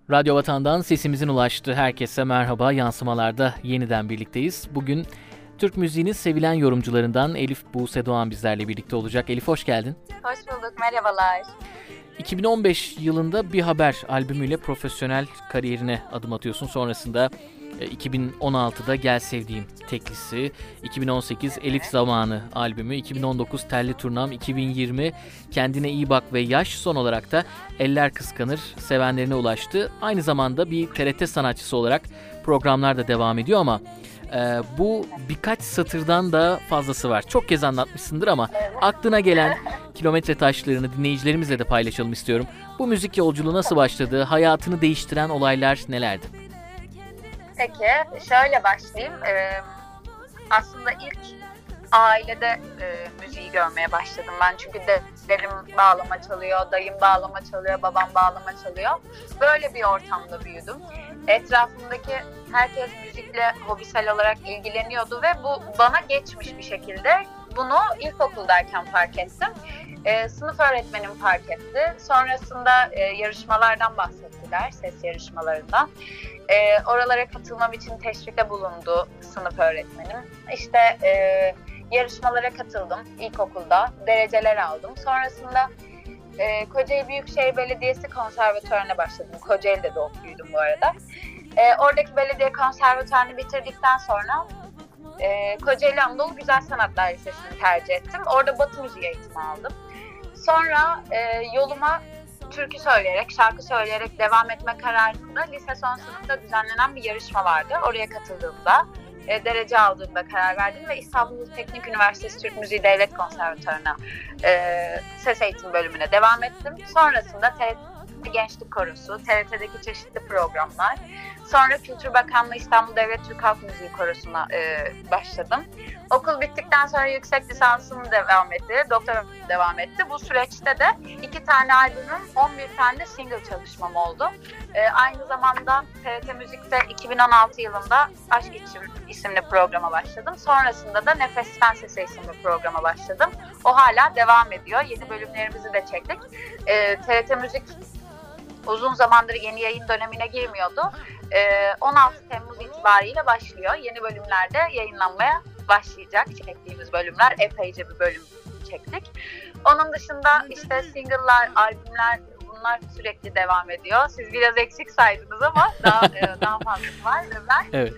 Radyo Vatan'dan sesimizin ulaştığı herkese merhaba. Yansımalarda yeniden birlikteyiz. Bugün Türk müziğinin sevilen yorumcularından Elif Buse Doğan bizlerle birlikte olacak. Elif hoş geldin. Hoş bulduk, merhabalar. 2015 yılında Bir Haber albümüyle profesyonel kariyerine adım atıyorsun. Sonrasında 2016'da Gel Sevdiğim teklisi, 2018 Elif Zamanı albümü, 2019 Telli Turnam, 2020 Kendine İyi Bak ve Yaş, son olarak da Eller Kıskanır sevenlerine ulaştı. Aynı zamanda bir TRT sanatçısı olarak programlar da devam ediyor ama bu birkaç satırdan da fazlası var. Çok kez anlatmışsındır ama aklına gelen kilometre taşlarını dinleyicilerimizle de paylaşalım istiyorum. Bu müzik yolculuğu nasıl başladı? Hayatını değiştiren olaylar nelerdi? Peki, şöyle başlayayım. Aslında ilk ailede müziği görmeye başladım ben. Çünkü dedem bağlama çalıyor, dayım bağlama çalıyor, babam bağlama çalıyor. Böyle bir ortamda büyüdüm. Etrafımdaki herkes müzikle hobisel olarak ilgileniyordu ve bu bana geçmiş bir şekilde. Bunu ilkokuldayken fark ettim. Sınıf öğretmenim fark etti. Sonrasında yarışmalardan bahsettiler, ses yarışmalarından. Oralara katılmam için teşvikte bulundu sınıf öğretmenim. İşte yarışmalara katıldım ilkokulda, dereceler aldım. Sonrasında Kocaeli Büyükşehir Belediyesi Konservatuvarı'na başladım. Kocaeli'de doğup büyüdüm bu arada. Oradaki belediye konservatuvarını bitirdikten sonra Kocaeli Anadolu Güzel Sanatlar Lisesi'ni tercih ettim. Orada Batı müziği eğitimi aldım. Sonra yoluma türkü söyleyerek, şarkı söyleyerek devam etme kararında lise son sınıfta düzenlenen bir yarışma vardı. Oraya katıldığımda, derece aldığımda karar verdim ve İstanbul Teknik Üniversitesi Türk Müziği Devlet Konservatuvarı'na ses eğitim bölümüne devam ettim. Sonrasında TRT Gençlik Korosu, TRT'deki çeşitli programlar. Sonra Kültür Bakanlığı İstanbul Devlet Türk Halk Müziği Korosu'na başladım. Okul bittikten sonra yüksek lisansım devam etti, doktoram devam etti. Bu süreçte de 2 tane albümüm, 11 tane de single çalışmam oldu. Aynı zamanda TRT Müzik'te 2016 yılında Aşk İçim isimli programa başladım. Sonrasında da Nefesten Sese isimli programa başladım. O hala devam ediyor. Yeni bölümlerimizi de çektik. TRT Müzik uzun zamandır yeni yayın dönemine girmiyordu. 16 Temmuz itibariyle başlıyor. Yeni bölümlerde yayınlanmaya başlayacak. Çektiğimiz bölümler, epeyce bir bölüm çektik. Onun dışında işte single'lar, albümler, bunlar sürekli devam ediyor. Siz biraz eksik saydınız ama daha fazlası var. Ben evet.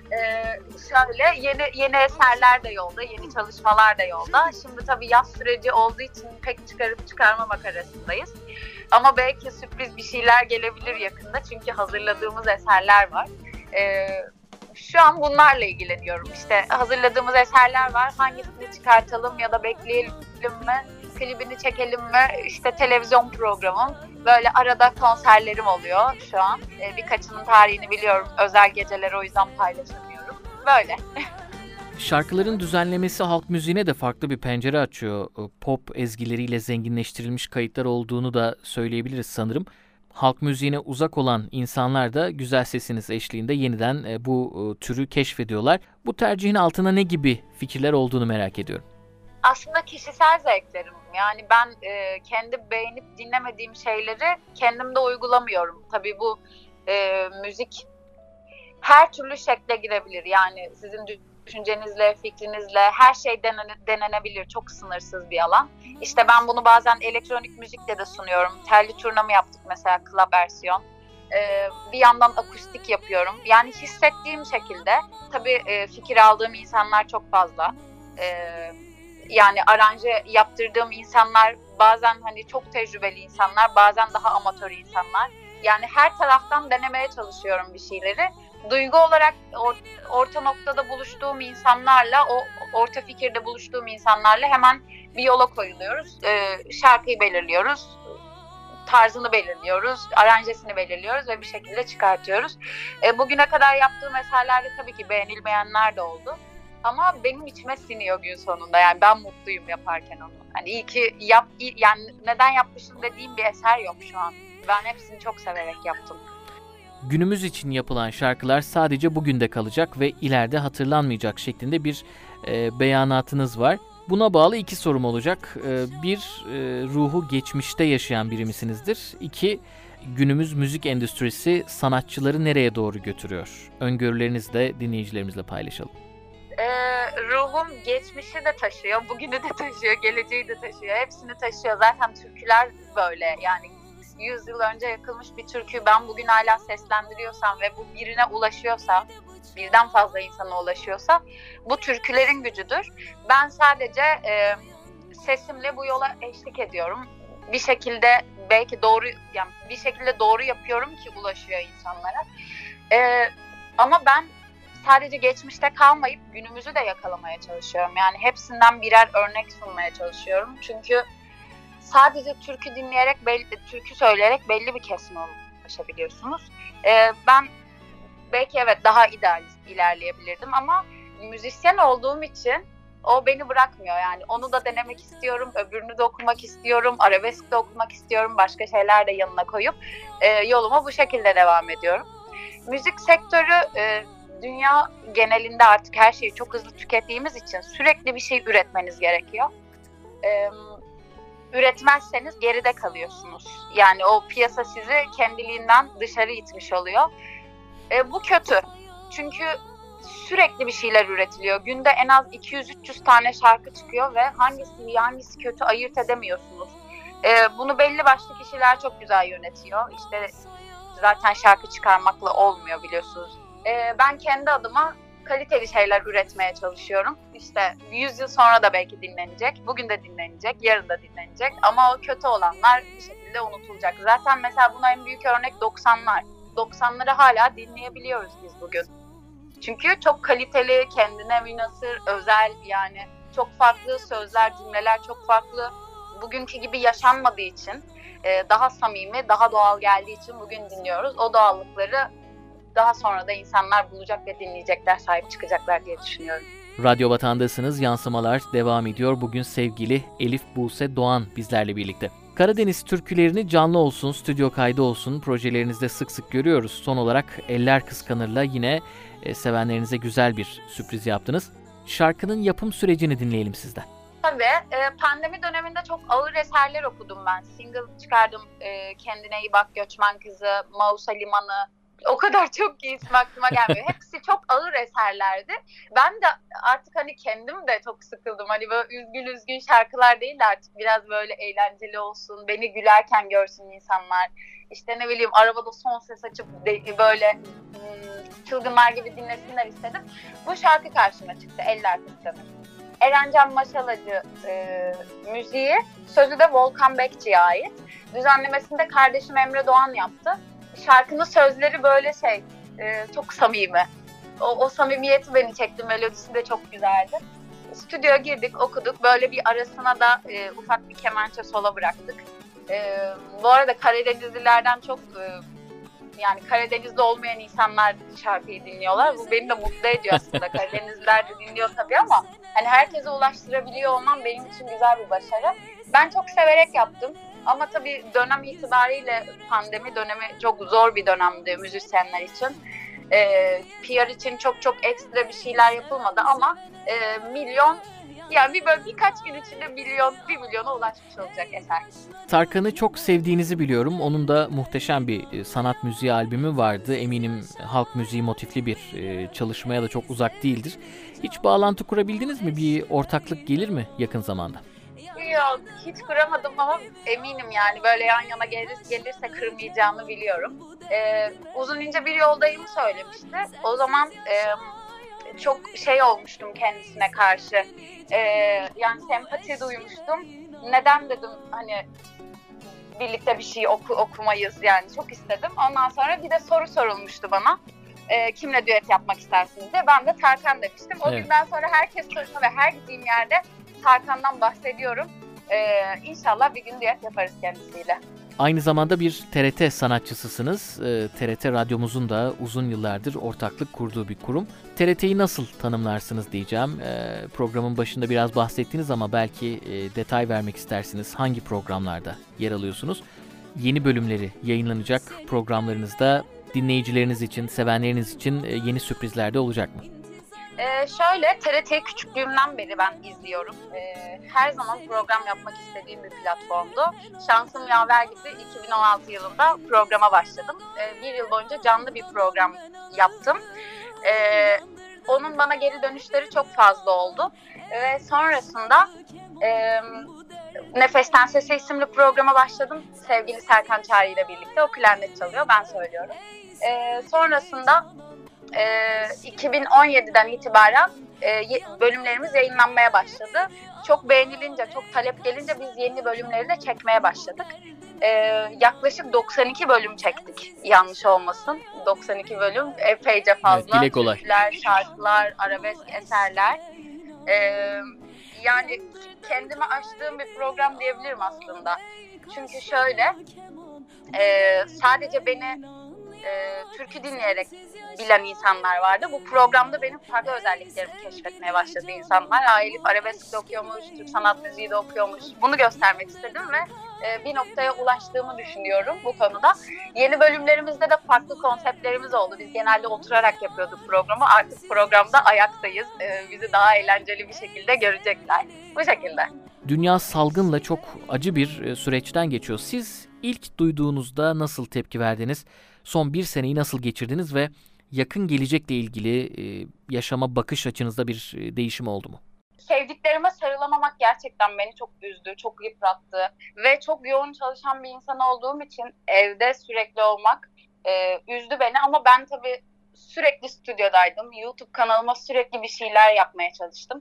Şöyle yeni eserler de yolda, yeni çalışmalar da yolda. Şimdi tabii yaz süreci olduğu için pek çıkarıp çıkarmamak arasındayız. Ama belki sürpriz bir şeyler gelebilir yakında çünkü hazırladığımız eserler var. Şu an bunlarla ilgileniyorum. İşte hazırladığımız eserler var. Hangisini çıkartalım ya da bekleyelim mi? Klibini çekelim mi? İşte televizyon programım. Böyle arada konserlerim oluyor şu an. Birkaçının tarihini biliyorum. Özel geceleri o yüzden paylaşamıyorum. Böyle. Şarkıların düzenlemesi halk müziğine de farklı bir pencere açıyor. Pop ezgileriyle zenginleştirilmiş kayıtlar olduğunu da söyleyebiliriz sanırım. Halk müziğine uzak olan insanlar da güzel sesiniz eşliğinde yeniden bu türü keşfediyorlar. Bu tercihin altına ne gibi fikirler olduğunu merak ediyorum. Aslında kişisel zevklerim. Yani ben kendi beğenip dinlemediğim şeyleri kendimde uygulamıyorum. Tabii bu müzik her türlü şekle girebilir. Yani sizin düşüncenizle, fikrinizle her şey denenebilir. Çok sınırsız bir alan. İşte ben bunu bazen elektronik müzikle de sunuyorum. Telli Turnam'ı yaptık mesela, club versiyon. Bir yandan akustik yapıyorum. Yani hissettiğim şekilde. Tabii fikir aldığım insanlar çok fazla. Yani aranje yaptırdığım insanlar bazen hani çok tecrübeli insanlar, bazen daha amatör insanlar. Yani her taraftan denemeye çalışıyorum bir şeyleri. Duygu olarak orta noktada buluştuğum insanlarla, o orta fikirde buluştuğum insanlarla hemen bir yola koyuluyoruz. Şarkıyı belirliyoruz, tarzını belirliyoruz, aranjesini belirliyoruz ve bir şekilde çıkartıyoruz. Bugüne kadar yaptığım eserlerde tabii ki beğenilmeyenler de oldu. Ama benim içime siniyor gün sonunda. Yani ben mutluyum yaparken onu. Hani iyi ki yani neden yapmışım dediğim bir eser yok şu an. Ben hepsini çok severek yaptım. Günümüz için yapılan şarkılar sadece bugün de kalacak ve ileride hatırlanmayacak şeklinde bir beyanatınız var. Buna bağlı 2 sorum olacak. Bir, ruhu geçmişte yaşayan biri misinizdir? 2, günümüz müzik endüstrisi sanatçıları nereye doğru götürüyor? Öngörülerinizi de dinleyicilerimizle paylaşalım. Ruhum geçmişi de taşıyor, bugünü de taşıyor, geleceği de taşıyor. Hepsini taşıyor. Zaten türküler böyle. Yani 100 yıl önce yakılmış bir türküyü ben bugün hala seslendiriyorsam ve bu birine ulaşıyorsa, birden fazla insana ulaşıyorsa bu türkülerin gücüdür. Ben sadece sesimle bu yola eşlik ediyorum. Bir şekilde belki doğru, yani bir şekilde doğru yapıyorum ki ulaşıyor insanlara. Ama ben sadece geçmişte kalmayıp günümüzü de yakalamaya çalışıyorum. Yani hepsinden birer örnek sunmaya çalışıyorum. Çünkü sadece türkü dinleyerek, türkü söyleyerek belli bir kesime ulaşabiliyorsunuz. Ben belki evet daha idealist ilerleyebilirdim ama müzisyen olduğum için o beni bırakmıyor. Yani onu da denemek istiyorum, öbürünü de okumak istiyorum, arabesk de okumak istiyorum, başka şeyler de yanına koyup yoluma bu şekilde devam ediyorum. Müzik sektörü dünya genelinde artık her şeyi çok hızlı tükettiğimiz için sürekli bir şey üretmeniz gerekiyor. Üretmezseniz geride kalıyorsunuz. Yani o piyasa sizi kendiliğinden dışarı itmiş oluyor. Bu kötü. Çünkü sürekli bir şeyler üretiliyor. Günde en az 200-300 tane şarkı çıkıyor ve hangisi iyi hangisi kötü ayırt edemiyorsunuz. Bunu belli başlı kişiler çok güzel yönetiyor. İşte zaten şarkı çıkarmakla olmuyor biliyorsunuz. Ben kendi adıma kaliteli şeyler üretmeye çalışıyorum. İşte 100 yıl sonra da belki dinlenecek, bugün de dinlenecek, yarın da dinlenecek. Ama o kötü olanlar bir şekilde unutulacak. Zaten mesela buna en büyük örnek 90'lar. 90'ları hala dinleyebiliyoruz biz bugün. Çünkü çok kaliteli, kendine münhasır, özel, yani çok farklı sözler, cümleler çok farklı. Bugünkü gibi yaşanmadığı için, daha samimi, daha doğal geldiği için bugün dinliyoruz. O doğallıkları daha sonra da insanlar bulacak ve dinleyecekler, sahip çıkacaklar diye düşünüyorum. Radyo Vatan'dasınız, yansımalar devam ediyor. Bugün sevgili Elif Buse Doğan bizlerle birlikte. Karadeniz türkülerini canlı olsun, stüdyo kaydı olsun projelerinizde sık sık görüyoruz. Son olarak Eller Kıskanır'la yine sevenlerinize güzel bir sürpriz yaptınız. Şarkının yapım sürecini dinleyelim sizden. Tabii, pandemi döneminde çok ağır eserler okudum ben. Single çıkardım, Kendine İyi Bak, Göçmen Kızı, Mausa Limanı. O kadar çok ki ismi aklıma gelmiyor. Hepsi çok ağır eserlerdi. Ben de artık hani kendim de çok sıkıldım. Hani böyle üzgün üzgün şarkılar değil de artık biraz böyle eğlenceli olsun. Beni gülerken görsün insanlar. İşte ne bileyim arabada son ses açıp böyle çılgınlar gibi dinlesinler istedim. Bu şarkı karşıma çıktı. Eller Kıskanır. Erencan Maşalacı müziği, sözü de Volkan Bekçi'ye ait. Düzenlemesinde kardeşim Emre Doğan yaptı. Şarkının sözleri böyle çok samimi. O samimiyeti beni çekti. Melodisi de çok güzeldi. Stüdyoya girdik, okuduk. Böyle bir arasına da ufak bir kemençe sola bıraktık. Bu arada Karadenizlilerden çok yani Karadeniz'de olmayan insanlar şarkıyı dinliyorlar. Bu beni de mutlu ediyor aslında. Karadenizliler de dinliyor tabii ama hani herkese ulaştırabiliyor olmam benim için güzel bir başarı. Ben çok severek yaptım. Ama tabii dönem itibariyle pandemi dönemi çok zor bir dönemdi müzisyenler için. PR için çok ekstra bir şeyler yapılmadı ama milyon, yani birkaç gün içinde 1 milyona ulaşmış olacak eser. Tarkan'ı çok sevdiğinizi biliyorum. Onun da muhteşem bir sanat müziği albümü vardı. Eminim halk müziği motifli bir çalışmaya da çok uzak değildir. Hiç bağlantı kurabildiniz mi? Bir ortaklık gelir mi yakın zamanda? Yok, hiç kuramadım ama eminim yani böyle yan yana gelirse kırmayacağımı biliyorum. Uzun ince bir yoldayım söylemişti. O zaman çok olmuştum kendisine karşı. Yani sempati duymuştum. Neden dedim hani birlikte bir şey okumayız yani çok istedim. Ondan sonra bir de soru sorulmuştu bana. Kimle düet yapmak istersiniz diye. Ben de Tarkan demiştim. O günden sonra herkes soruyor ve her gittiğim yerde Tarkan'dan bahsediyorum. İnşallah bir gün düet yaparız kendisiyle. Aynı zamanda bir TRT sanatçısısınız. TRT Radyomuzun da uzun yıllardır ortaklık kurduğu bir kurum. TRT'yi nasıl tanımlarsınız diyeceğim. Programın başında biraz bahsettiniz ama belki detay vermek istersiniz. Hangi programlarda yer alıyorsunuz? Yeni bölümleri yayınlanacak programlarınızda dinleyicileriniz için, sevenleriniz için yeni sürprizler de olacak mı? Şöyle, TRT'yi küçüklüğümden beri ben izliyorum. Her zaman program yapmak istediğim bir platformdu. Şansım yaver gitti. 2016 yılında programa başladım. Bir yıl boyunca canlı bir program yaptım. Onun bana geri dönüşleri çok fazla oldu. Ve sonrasında Nefesten Sese isimli programa başladım. Sevgili Serkan Çağrı ile birlikte. O klarnet çalıyor, ben söylüyorum. Sonrasında 2017'den itibaren bölümlerimiz yayınlanmaya başladı. Çok beğenilince, çok talep gelince biz yeni bölümleri de çekmeye başladık. Yaklaşık 92 bölüm çektik, yanlış olmasın. 92 bölüm epeyce fazla. Evet, türküler, şarkılar, arabesk eserler. Yani kendime açtığım bir program diyebilirim aslında. Çünkü şöyle, sadece beni türkü dinleyerek bilen insanlar vardı. Bu programda benim farklı özelliklerimi keşfetmeye başladı insanlar. Elif arabesk de okuyormuş, Türk sanat müziği de okuyormuş. Bunu göstermek istedim ve bir noktaya ulaştığımı düşünüyorum bu konuda. Yeni bölümlerimizde de farklı konseptlerimiz oldu. Biz genelde oturarak yapıyorduk programı. Artık programda ayaktayız. Bizi daha eğlenceli bir şekilde görecekler. Bu şekilde. Dünya salgınla çok acı bir süreçten geçiyor. Siz ilk duyduğunuzda nasıl tepki verdiniz? Son bir seneyi nasıl geçirdiniz ve yakın gelecekle ilgili yaşama bakış açınızda bir değişim oldu mu? Sevdiklerime sarılamamak gerçekten beni çok üzdü, çok yıprattı ve çok yoğun çalışan bir insan olduğum için evde sürekli olmak üzdü beni. Ama ben tabii sürekli stüdyodaydım. YouTube kanalıma sürekli bir şeyler yapmaya çalıştım.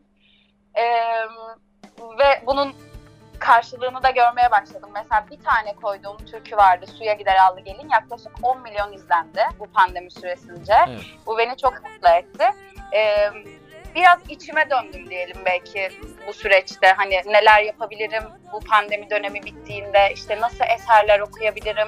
Ve bunun karşılığını da görmeye başladım. Mesela bir tane koyduğum türkü vardı, Suya Gider Allı Gelin. Yaklaşık 10 milyon izlendi bu pandemi süresince. Evet. Bu beni çok mutlu etti. Biraz içime döndüm diyelim belki bu süreçte. Hani neler yapabilirim bu pandemi dönemi bittiğinde, işte nasıl eserler okuyabilirim,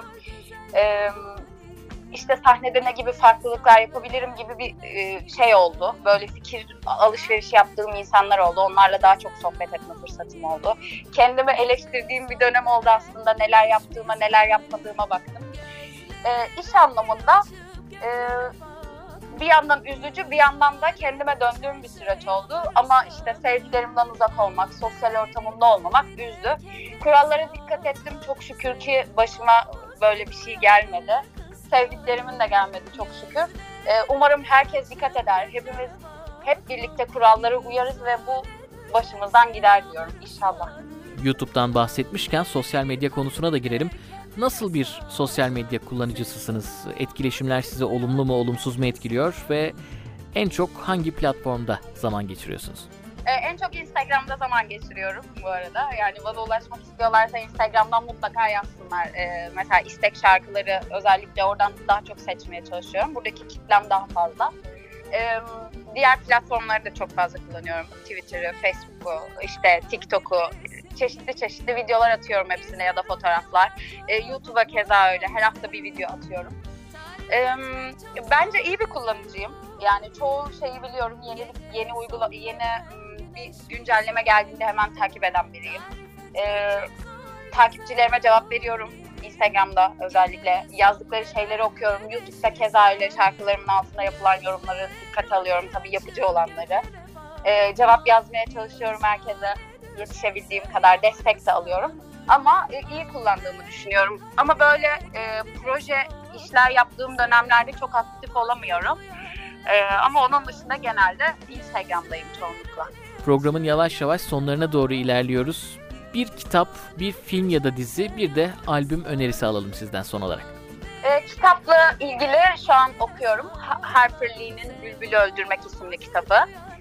işte sahnede ne gibi farklılıklar yapabilirim gibi bir şey oldu. Böyle fikir alışverişi yaptığım insanlar oldu. Onlarla daha çok sohbet etme fırsatım oldu. Kendimi eleştirdiğim bir dönem oldu aslında. Neler yaptığıma, neler yapmadığıma baktım. İş anlamında bir yandan üzücü, bir yandan da kendime döndüğüm bir süreç oldu. Ama işte sevdiklerimden uzak olmak, sosyal ortamımda olmamak üzdü. Kurallara dikkat ettim. Çok şükür ki başıma böyle bir şey gelmedi. Sevdiklerimin de gelmedi çok şükür. Umarım herkes dikkat eder. Hepimiz hep birlikte kurallara uyarız ve bu başımızdan gider diyorum inşallah. YouTube'dan bahsetmişken sosyal medya konusuna da girelim. Nasıl bir sosyal medya kullanıcısısınız? Etkileşimler sizi olumlu mu, olumsuz mu etkiliyor ve en çok hangi platformda zaman geçiriyorsunuz? En çok Instagram'da zaman geçiriyorum bu arada. Yani bana ulaşmak istiyorlarsa Instagram'dan mutlaka yazsınlar. Mesela istek şarkıları özellikle oradan daha çok seçmeye çalışıyorum. Buradaki kitlem daha fazla. Diğer platformları da çok fazla kullanıyorum. Twitter'ı, Facebook'u, işte TikTok'u. Çeşitli videolar atıyorum hepsine ya da fotoğraflar. YouTube'a keza öyle. Her hafta bir video atıyorum. Bence iyi bir kullanıcıyım. Yani çoğu şeyi biliyorum. Yeni bir güncelleme geldiğinde hemen takip eden biriyim. Takipçilerime cevap veriyorum. Instagram'da özellikle yazdıkları şeyleri okuyorum. YouTube'da keza öyle şarkılarımın altında yapılan yorumları dikkate alıyorum. Tabii yapıcı olanları. Cevap yazmaya çalışıyorum herkese. Yetişebildiğim kadar destek de alıyorum. Ama iyi kullandığımı düşünüyorum. Ama böyle proje işler yaptığım dönemlerde çok aktif olamıyorum. Ama onun dışında genelde Instagram'dayım çoğunlukla. Programın yavaş yavaş sonlarına doğru ilerliyoruz. Bir kitap, bir film ya da dizi, bir de albüm önerisi alalım sizden son olarak. Kitapla ilgili şu an okuyorum. Harper Lee'nin Bülbül'ü Öldürmek isimli kitabı.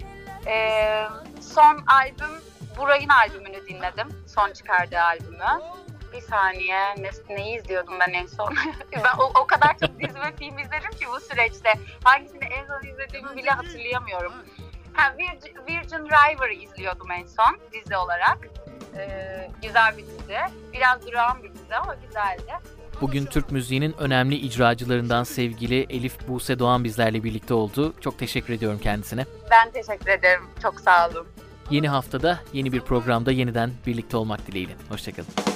Son albüm, Buray'ın albümünü dinledim. Son çıkardığı albümü. Bir saniye, neyi izliyordum ben en son? Ben o kadar çok dizi ve film izledim ki bu süreçte. Hangisini en son izlediğimi bile hatırlayamıyorum. Virgin River'ı izliyordum en son dizi olarak. Güzel bir dizi. Biraz durağan bir dizi ama güzeldi. Bugün Türk müziğinin önemli icracılarından sevgili Elif Buse Doğan bizlerle birlikte oldu. Çok teşekkür ediyorum kendisine. Ben teşekkür ederim. Çok sağ olun. Yeni haftada yeni bir programda yeniden birlikte olmak dileğiyle. Hoşçakalın.